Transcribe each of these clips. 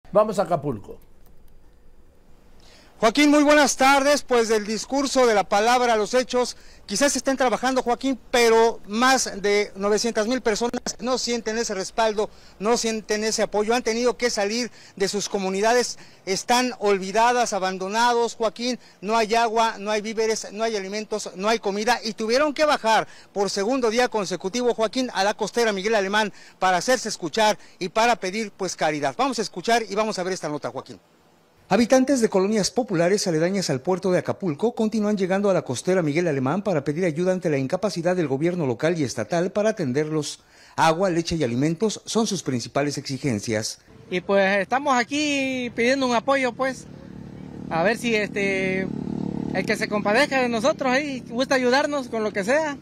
Vamos a Acapulco. Joaquín, muy buenas tardes. Pues del discurso, de la palabra a los hechos, quizás estén trabajando, Joaquín, pero más de 900,000 personas no sienten ese respaldo, no sienten ese apoyo, han tenido que salir de sus comunidades, están olvidadas, abandonados, Joaquín, no hay agua, no hay víveres, no hay alimentos, no hay comida, y tuvieron que bajar por segundo día consecutivo, Joaquín, a la costera Miguel Alemán para hacerse escuchar y para pedir pues caridad. Vamos a escuchar y vamos a ver esta nota, Joaquín. Habitantes de colonias populares aledañas al puerto de Acapulco continúan llegando a la costera Miguel Alemán para pedir ayuda ante la incapacidad del gobierno local y estatal para atenderlos. Agua, leche y alimentos son sus principales exigencias. Y pues estamos aquí pidiendo un apoyo, pues, a ver si el que se compadezca de nosotros ahí gusta ayudarnos con lo que sea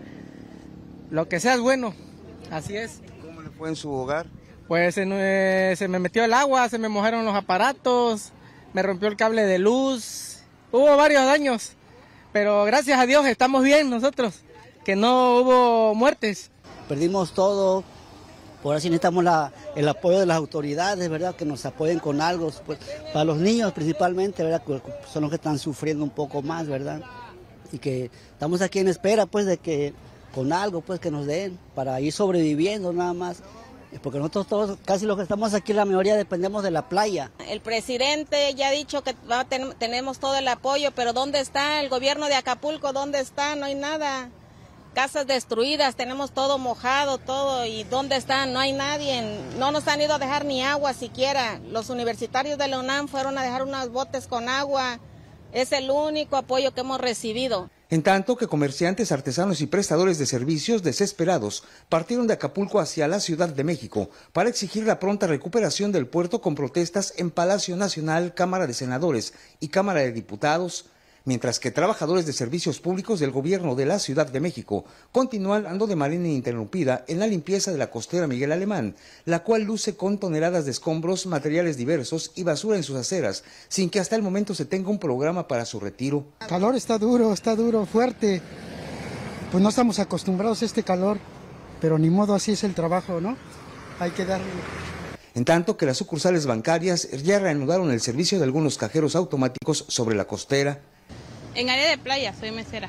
es bueno, así es. ¿Cómo le fue en su hogar? Pues se me metió el agua, se me mojaron los aparatos, me rompió el cable de luz, hubo varios daños, pero gracias a Dios estamos bien nosotros, que no hubo muertes. Perdimos todo, por así necesitamos el apoyo de las autoridades, ¿verdad? Que nos apoyen con algo, pues, para los niños principalmente, ¿verdad? Que son los que están sufriendo un poco más, ¿verdad? Y que estamos aquí en espera, pues, de que con algo, pues, que nos den para ir sobreviviendo nada más. Porque nosotros todos, casi los que estamos aquí, la mayoría dependemos de la playa. El presidente ya ha dicho que tenemos todo el apoyo, pero ¿dónde está el gobierno de Acapulco? ¿Dónde está? No hay nada. Casas destruidas, tenemos todo mojado, todo, ¿y dónde están? No hay nadie. No nos han ido a dejar ni agua siquiera. Los universitarios de la UNAM fueron a dejar unos botes con agua. Es el único apoyo que hemos recibido. En tanto que comerciantes, artesanos y prestadores de servicios desesperados partieron de Acapulco hacia la Ciudad de México para exigir la pronta recuperación del puerto con protestas en Palacio Nacional, Cámara de Senadores y Cámara de Diputados, mientras que trabajadores de servicios públicos del gobierno de la Ciudad de México continúan dando de manera ininterrumpida en la limpieza de la costera Miguel Alemán, la cual luce con toneladas de escombros, materiales diversos y basura en sus aceras, sin que hasta el momento se tenga un programa para su retiro. El calor está duro, fuerte. Pues no estamos acostumbrados a este calor, pero ni modo, así es el trabajo, ¿no? Hay que darle. En tanto que las sucursales bancarias ya reanudaron el servicio de algunos cajeros automáticos sobre la costera. En área de playa, soy mesera.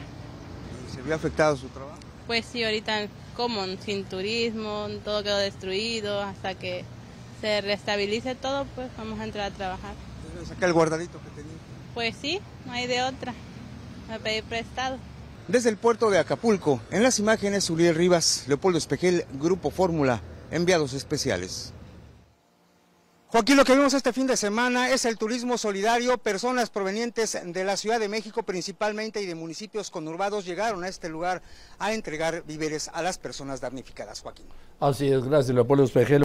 ¿Se vio afectado su trabajo? Pues sí, ahorita como sin turismo, todo quedó destruido, hasta que se restabilice todo, pues vamos a entrar a trabajar. ¿Saca el guardadito que tenía? Pues sí, no hay de otra, a pedir prestado. Desde el puerto de Acapulco, en las imágenes, Uriel Rivas, Leopoldo Espejel, Grupo Fórmula, enviados especiales. Joaquín, lo que vimos este fin de semana es el turismo solidario. Personas provenientes de la Ciudad de México principalmente y de municipios conurbados llegaron a este lugar a entregar víveres a las personas damnificadas, Joaquín. Así es, gracias Leopoldo Espejel.